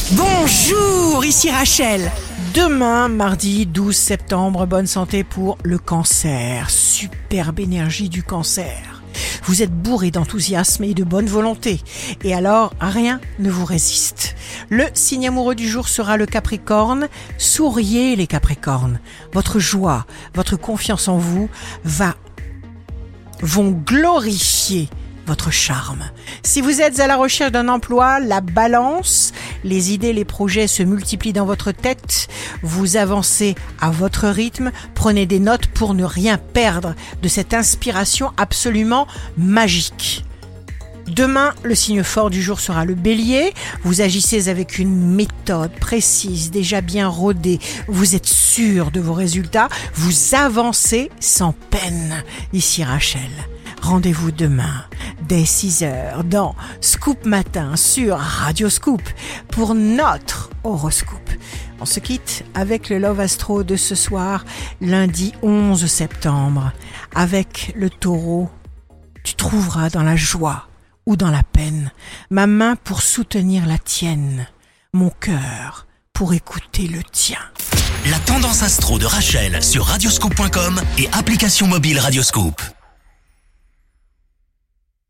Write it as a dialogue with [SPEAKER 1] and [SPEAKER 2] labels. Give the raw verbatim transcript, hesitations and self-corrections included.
[SPEAKER 1] Bonjour, ici Rachel. Demain, mardi douze septembre, bonne santé pour le cancer. Superbe énergie du cancer. Vous êtes bourré d'enthousiasme et de bonne volonté. Et alors, rien ne vous résiste. Le signe amoureux du jour sera le Capricorne. Souriez les Capricornes. Votre joie, votre confiance en vous va, vont glorifier votre charme. Si vous êtes à la recherche d'un emploi, la balance, les idées, les projets se multiplient dans votre tête, vous avancez à votre rythme, prenez des notes pour ne rien perdre de cette inspiration absolument magique. Demain, le signe fort du jour sera le Bélier. Vous agissez avec une méthode précise, déjà bien rodée. Vous êtes sûr de vos résultats. Vous avancez sans peine. Ici Rachel. Rendez-vous demain, dès six heures, dans Scoop Matin sur Radio Scoop pour notre horoscope. On se quitte avec le Love Astro de ce soir, lundi onze septembre. Avec le Taureau, tu trouveras dans la joie ou dans la peine ma main pour soutenir la tienne, mon cœur pour écouter le tien.
[SPEAKER 2] La tendance astro de Rachel sur radioscoop point com et application mobile Radioscoop.